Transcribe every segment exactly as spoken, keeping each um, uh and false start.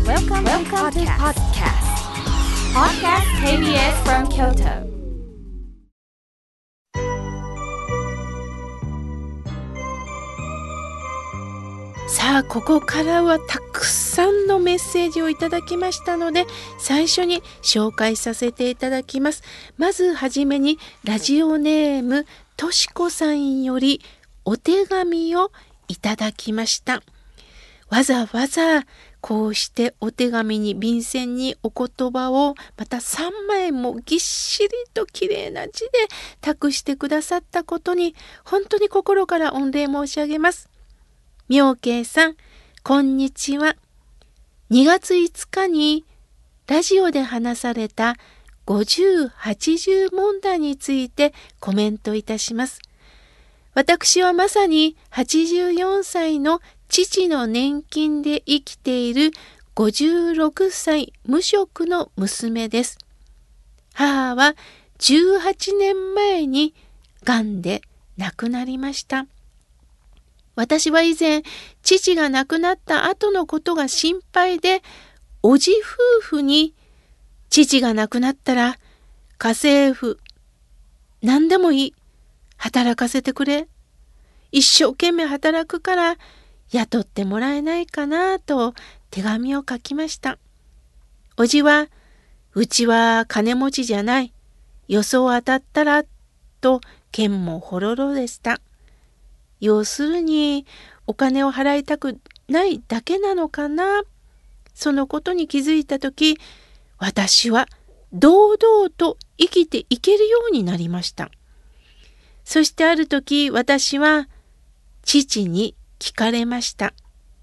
Welcome, Welcome to podcast. Podcast ケービーエス from Kyoto. さあ、ここからはたくさんのメッセージをいただきましたので、最初に紹介させていただきます。まずはじめに、ラジオネームとしこさんよりお手紙をいただきました。わざわざこうしてお手紙に便箋にお言葉をまたさんまいもぎっしりと綺麗な字で託してくださったことに本当に心から御礼申し上げます。妙慶さん、こんにちは。にがついつかにラジオで話されたごじゅう、はちじゅう問題についてコメントいたします。私はまさにはちじゅうよんさいの父の年金で生きているごじゅうろくさい無職の娘です。母はじゅうはちねんまえにがんで亡くなりました。私は以前、父が亡くなった後のことが心配で、おじ夫婦に、父が亡くなったら、家政婦、何でもいい、働かせてくれ。一生懸命働くから、雇ってもらえないかなと手紙を書きました。おじは、うちは金持ちじゃない。予想当たったら、と剣もほろろでした。要するに、お金を払いたくないだけなのかな。そのことに気づいたとき、私は堂々と生きていけるようになりました。そしてあるとき、私は父に聞かれました。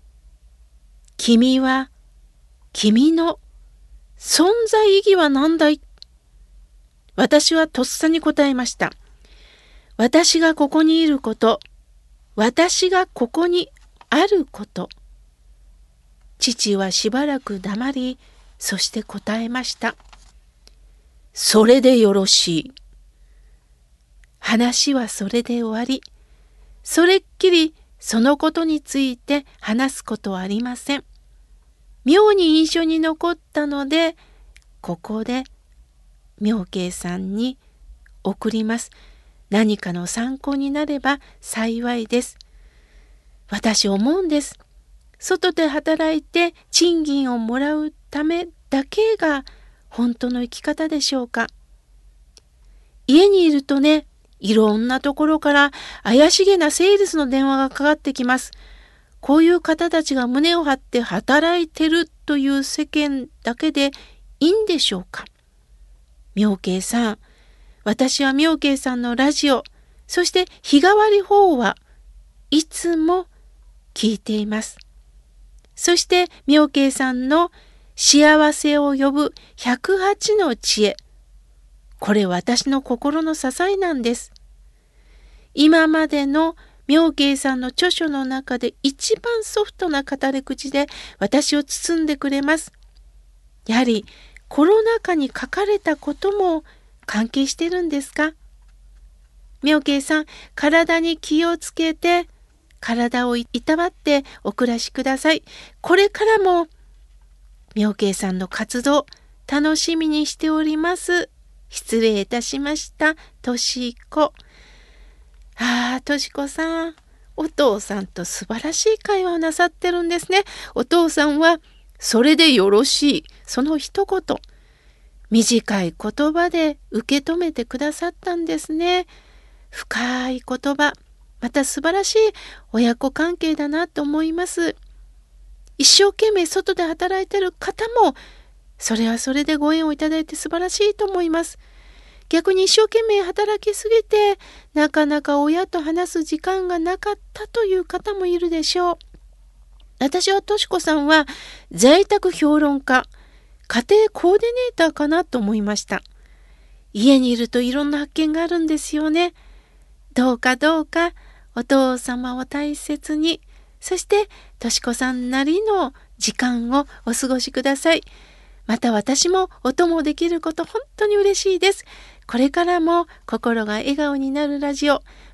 君は、君の存在意義は何だい？私はとっさに答えました。私がここにいること、私がここにあること。父はしばらく黙り、そして答えました。それでよろしい。話はそれで終わり、それっきりそのことについて話すことはありません。妙に印象に残ったので、ここで妙慶さんに送ります。何かの参考になれば幸いです。私思うんです。外で働いて賃金をもらうためだけが本当の生き方でしょうか。家にいるとね、いろんなところから怪しげなセールスの電話がかかってきます。こういう方たちが胸を張って働いてるという世間だけでいいんでしょうか。妙慶さん、私は妙慶さんのラジオ、そして日替わり法はいつも聞いています。そして妙慶さんの幸せを呼ぶひゃくはちの知恵、これ私の心の支えなんです。今までの妙慶さんの著書の中で一番ソフトな語り口で私を包んでくれます。やはりコロナ禍に書かれたことも関係してるんですか？妙慶さん、体に気をつけて、体をいたわってお暮らしください。これからも、妙慶さんの活動、楽しみにしております。失礼いたしました。としこ。ああ、としこさん、お父さんと素晴らしい会話をなさってるんですね。お父さんは、それでよろしい。その一言。短い言葉で受け止めてくださったんですね。深い言葉、また素晴らしい親子関係だなと思います。一生懸命外で働いている方も、それはそれでご縁をいただいて素晴らしいと思います。逆に一生懸命働きすぎて、なかなか親と話す時間がなかったという方もいるでしょう。私はとしこさんは在宅評論家、家庭コーディネーターかなと思いました。家にいるといろんな発見があるんですよね。どうかどうかお父様を大切に、そしてとしこさんなりの時間をお過ごしください。また私もお供できること本当に嬉しいです。これからも心が笑顔になるラジオ、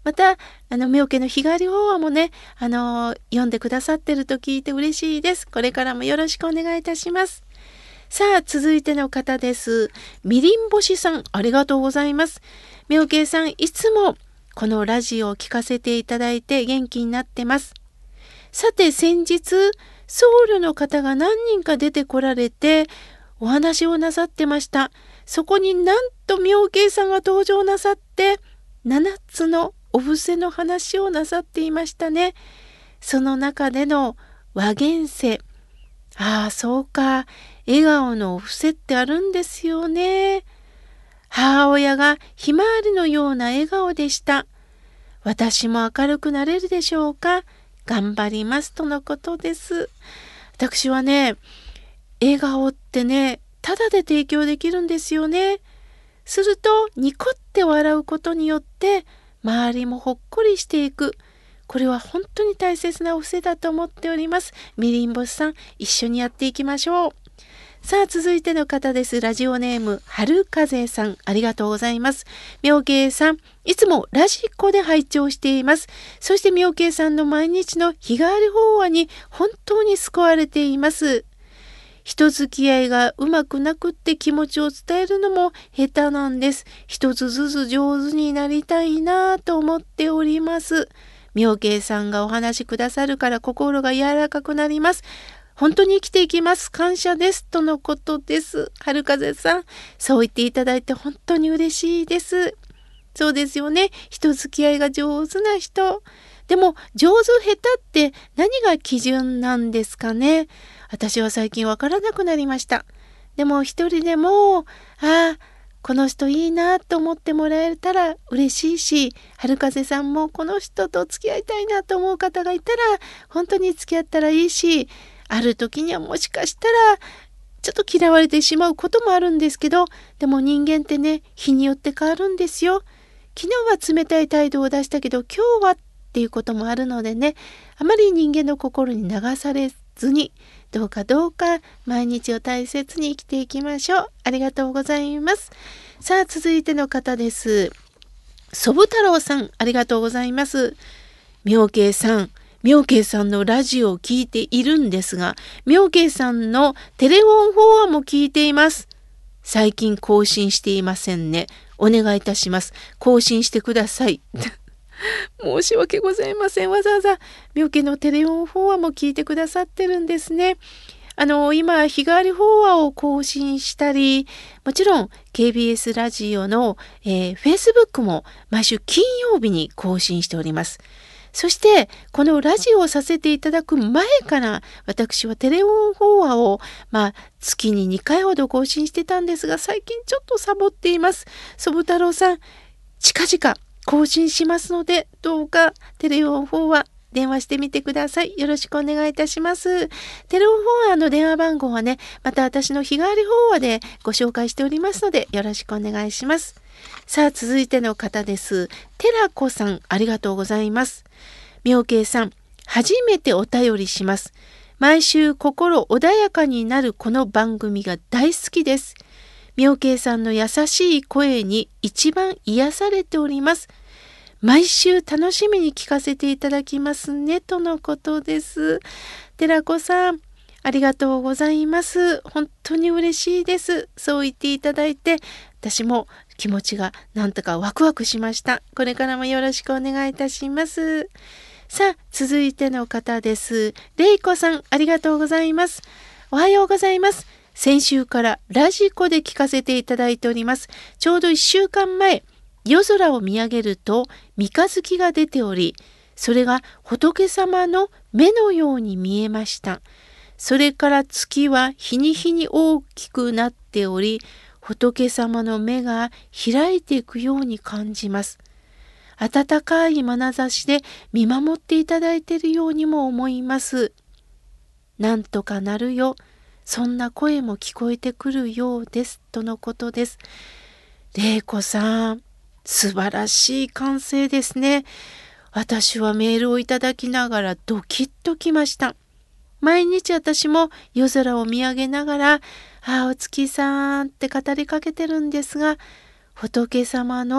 またあの妙家の日替わり法話もね、あの読んでくださってると聞いて嬉しいです。これからもよろしくお願いいたします。さあ続いての方です。みりん星さん、ありがとうございます。妙慶さん、いつもこのラジオを聞かせていただいて元気になってます。さて先日僧侶の方が何人か出てこられてお話をなさってました。そこになんと妙慶さんが登場なさってななつのお布施の話をなさっていましたね。その中での和現世、ああそうか、笑顔のお布施ってあるんですよね。母親がひまわりのような笑顔でした。私も明るくなれるでしょうか。頑張りますとのことです。私はね、笑顔ってね、ただで提供できるんですよね。するとニコって笑うことによって周りもほっこりしていく。これは本当に大切なお布施だと思っております。みりんぼしさん、一緒にやっていきましょう。さあ続いての方です。ラジオネーム春風さん、ありがとうございます。妙慶さん、いつもラジコで拝聴しています。そして妙慶さんの毎日の日替わり法話に本当に救われています。人付き合いがうまくなくって気持ちを伝えるのも下手なんです。一つずつ上手になりたいなと思っております。妙慶さんがお話しくださるから心が柔らかくなります。本当に生きていきます。感謝ですとのことです。春風さん、そう言っていただいて本当に嬉しいです。そうですよね。人付き合いが上手な人。でも上手下手って何が基準なんですかね。私は最近わからなくなりました。でも一人でも、ああ、この人いいなと思ってもらえたら嬉しいし、春風さんもこの人と付き合いたいなと思う方がいたら本当に付き合ったらいいし、ある時にはもしかしたらちょっと嫌われてしまうこともあるんですけど、でも人間ってね、日によって変わるんですよ。昨日は冷たい態度を出したけど今日はっていうこともあるのでね、あまり人間の心に流されずに、どうかどうか毎日を大切に生きていきましょう。ありがとうございます。さあ続いての方です。祖父太郎さん、ありがとうございます。妙慶さん、妙慶さんのラジオを聞いているんですが、妙慶さんのテレフォン法話も聞いています。最近更新していませんね。お願いいたします。更新してください。申し訳ございません。わざわざ妙慶のテレフォン法話も聞いてくださってるんですね。あの今日替わり法話を更新したり、もちろん ケービーエス ラジオの、えー、Facebook も毎週金曜日に更新しております。そしてこのラジオをさせていただく前から私はテレフォン法話を、まあ、月ににかいほど更新してたんですが、最近ちょっとサボっています。祖父太郎さん、近々更新しますので、どうかテレフォン法話電話してみてください。よろしくお願いいたします。テレフォン法話の電話番号はね、また私の日替わり法話でご紹介しておりますので、よろしくお願いします。さあ続いての方です。寺子さん、ありがとうございます。妙慶さん、初めてお便りします。毎週心穏やかになるこの番組が大好きです。妙慶さんの優しい声に一番癒されております。毎週楽しみに聞かせていただきますねとのことです。寺子さん、ありがとうございます。本当に嬉しいです。そう言っていただいて、私も気持ちがなんとかワクワクしました。これからもよろしくお願いいたします。さあ続いての方です。れいこさん、ありがとうございます。おはようございます。先週からラジコで聞かせていただいております。ちょうどいっしゅうかんまえ、夜空を見上げると三日月が出ており、それが仏様の目のように見えました。それから月は日に日に大きくなっており、仏様の目が開いていくように感じます。温かい眼差しで見守っていただいているようにも思います。なんとかなるよ。そんな声も聞こえてくるようですとのことです。れいこさん、素晴らしい感性ですね。私はメールをいただきながらドキッときました。毎日私も夜空を見上げながら、ああお月さんって語りかけてるんですが、仏様の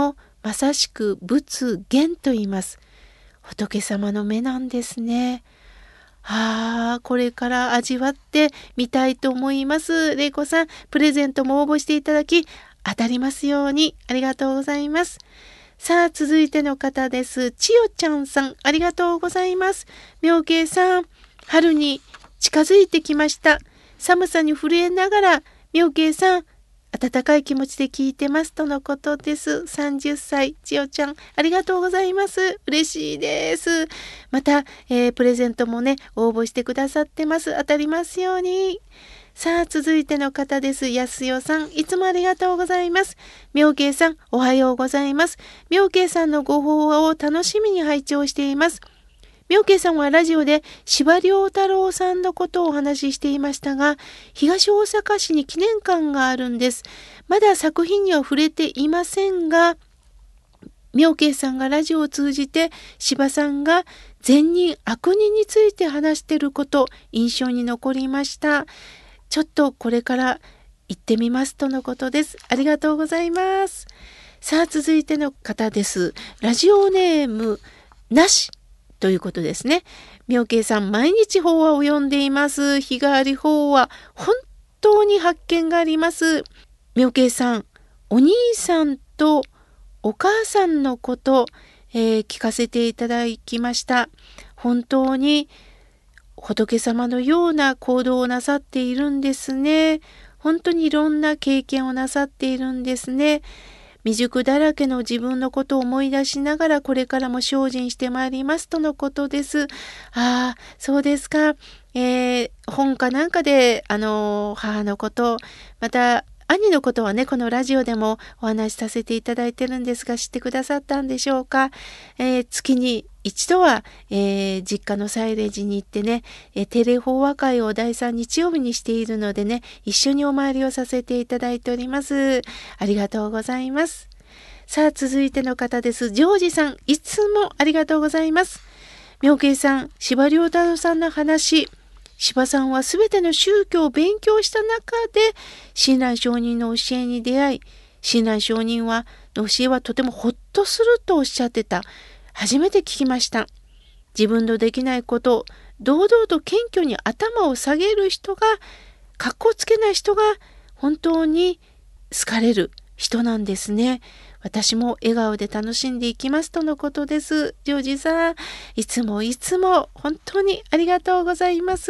まさしく仏眼と言います。仏様の目なんですね。ああ、これから味わってみたいと思います。れいこさん、プレゼントも応募していただき、当たりますように。ありがとうございます。さあ、続いての方です。ちよちゃんさん、ありがとうございます。妙慶さん、春に近づいてきました。寒さに震えながら、妙慶さん、温かい気持ちで聞いてますとのことです。さんじゅっさい、ちよちゃん、ありがとうございます。嬉しいです。また、えー、プレゼントもね、応募してくださってます。当たりますように。さあ、続いての方です。やすよさん、いつもありがとうございます。妙慶さん、おはようございます。妙慶さんのご法話を楽しみに拝聴しています。妙慶さんはラジオで司馬遼太郎さんのことをお話ししていましたが、東大阪市に記念館があるんです。まだ作品には触れていませんが、妙慶さんがラジオを通じて司馬さんが善人悪人について話していること、印象に残りました。ちょっとこれから行ってみますとのことです。ありがとうございます。さあ、続いての方です。ラジオネームなしということですね。妙慶さん、毎日法話を読んでいます。日替わり法話、本当に発見があります。妙慶さん、お兄さんとお母さんのこと、えー、聞かせていただきました。本当に仏様のような行動をなさっているんですね。本当にいろんな経験をなさっているんですね。未熟だらけの自分のことを思い出しながらこれからも精進してまいりますとのことです。ああ、そうですか。えー、本かなんかで、あの、母のこと、また兄のことはね、このラジオでもお話しさせていただいてるんですが、知ってくださったんでしょうか。えー、月に一度は、えー、実家の祭礼寺に行ってね、えー、定例法話会をだいさん日曜日にしているのでね、一緒にお参りをさせていただいております。ありがとうございます。さあ、続いての方です。ジョージさん、いつもありがとうございます。妙慶さん、司馬遼太郎さんの話、司馬さんはすべての宗教を勉強した中で親鸞上人の教えに出会い、親鸞上人はの教えはとてもほっとするとおっしゃってた。初めて聞きました。自分のできないことを堂々と謙虚に頭を下げる人が、かっこつけない人が本当に好かれる人なんですね。私も笑顔で楽しんでいきますとのことです。ジョージさん、いつもいつも本当にありがとうございます。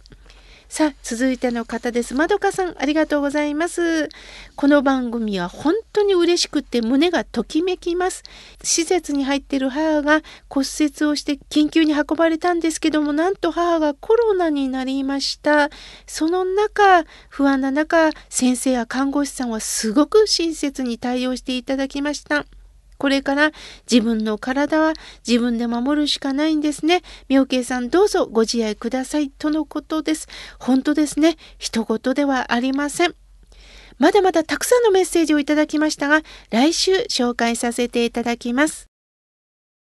さあ、続いての方です。まどかさん、ありがとうございます。この番組は本当に嬉しくて胸がときめきます。施設に入っている母が骨折をして緊急に運ばれたんですけども、なんと母がコロナになりました。その中、不安な中、先生や看護師さんはすごく親切に対応していただきました。これから自分の体は自分で守るしかないんですね。妙慶さん、どうぞご自愛くださいとのことです。本当ですね。一言ではありません。まだまだたくさんのメッセージをいただきましたが、来週紹介させていただきます。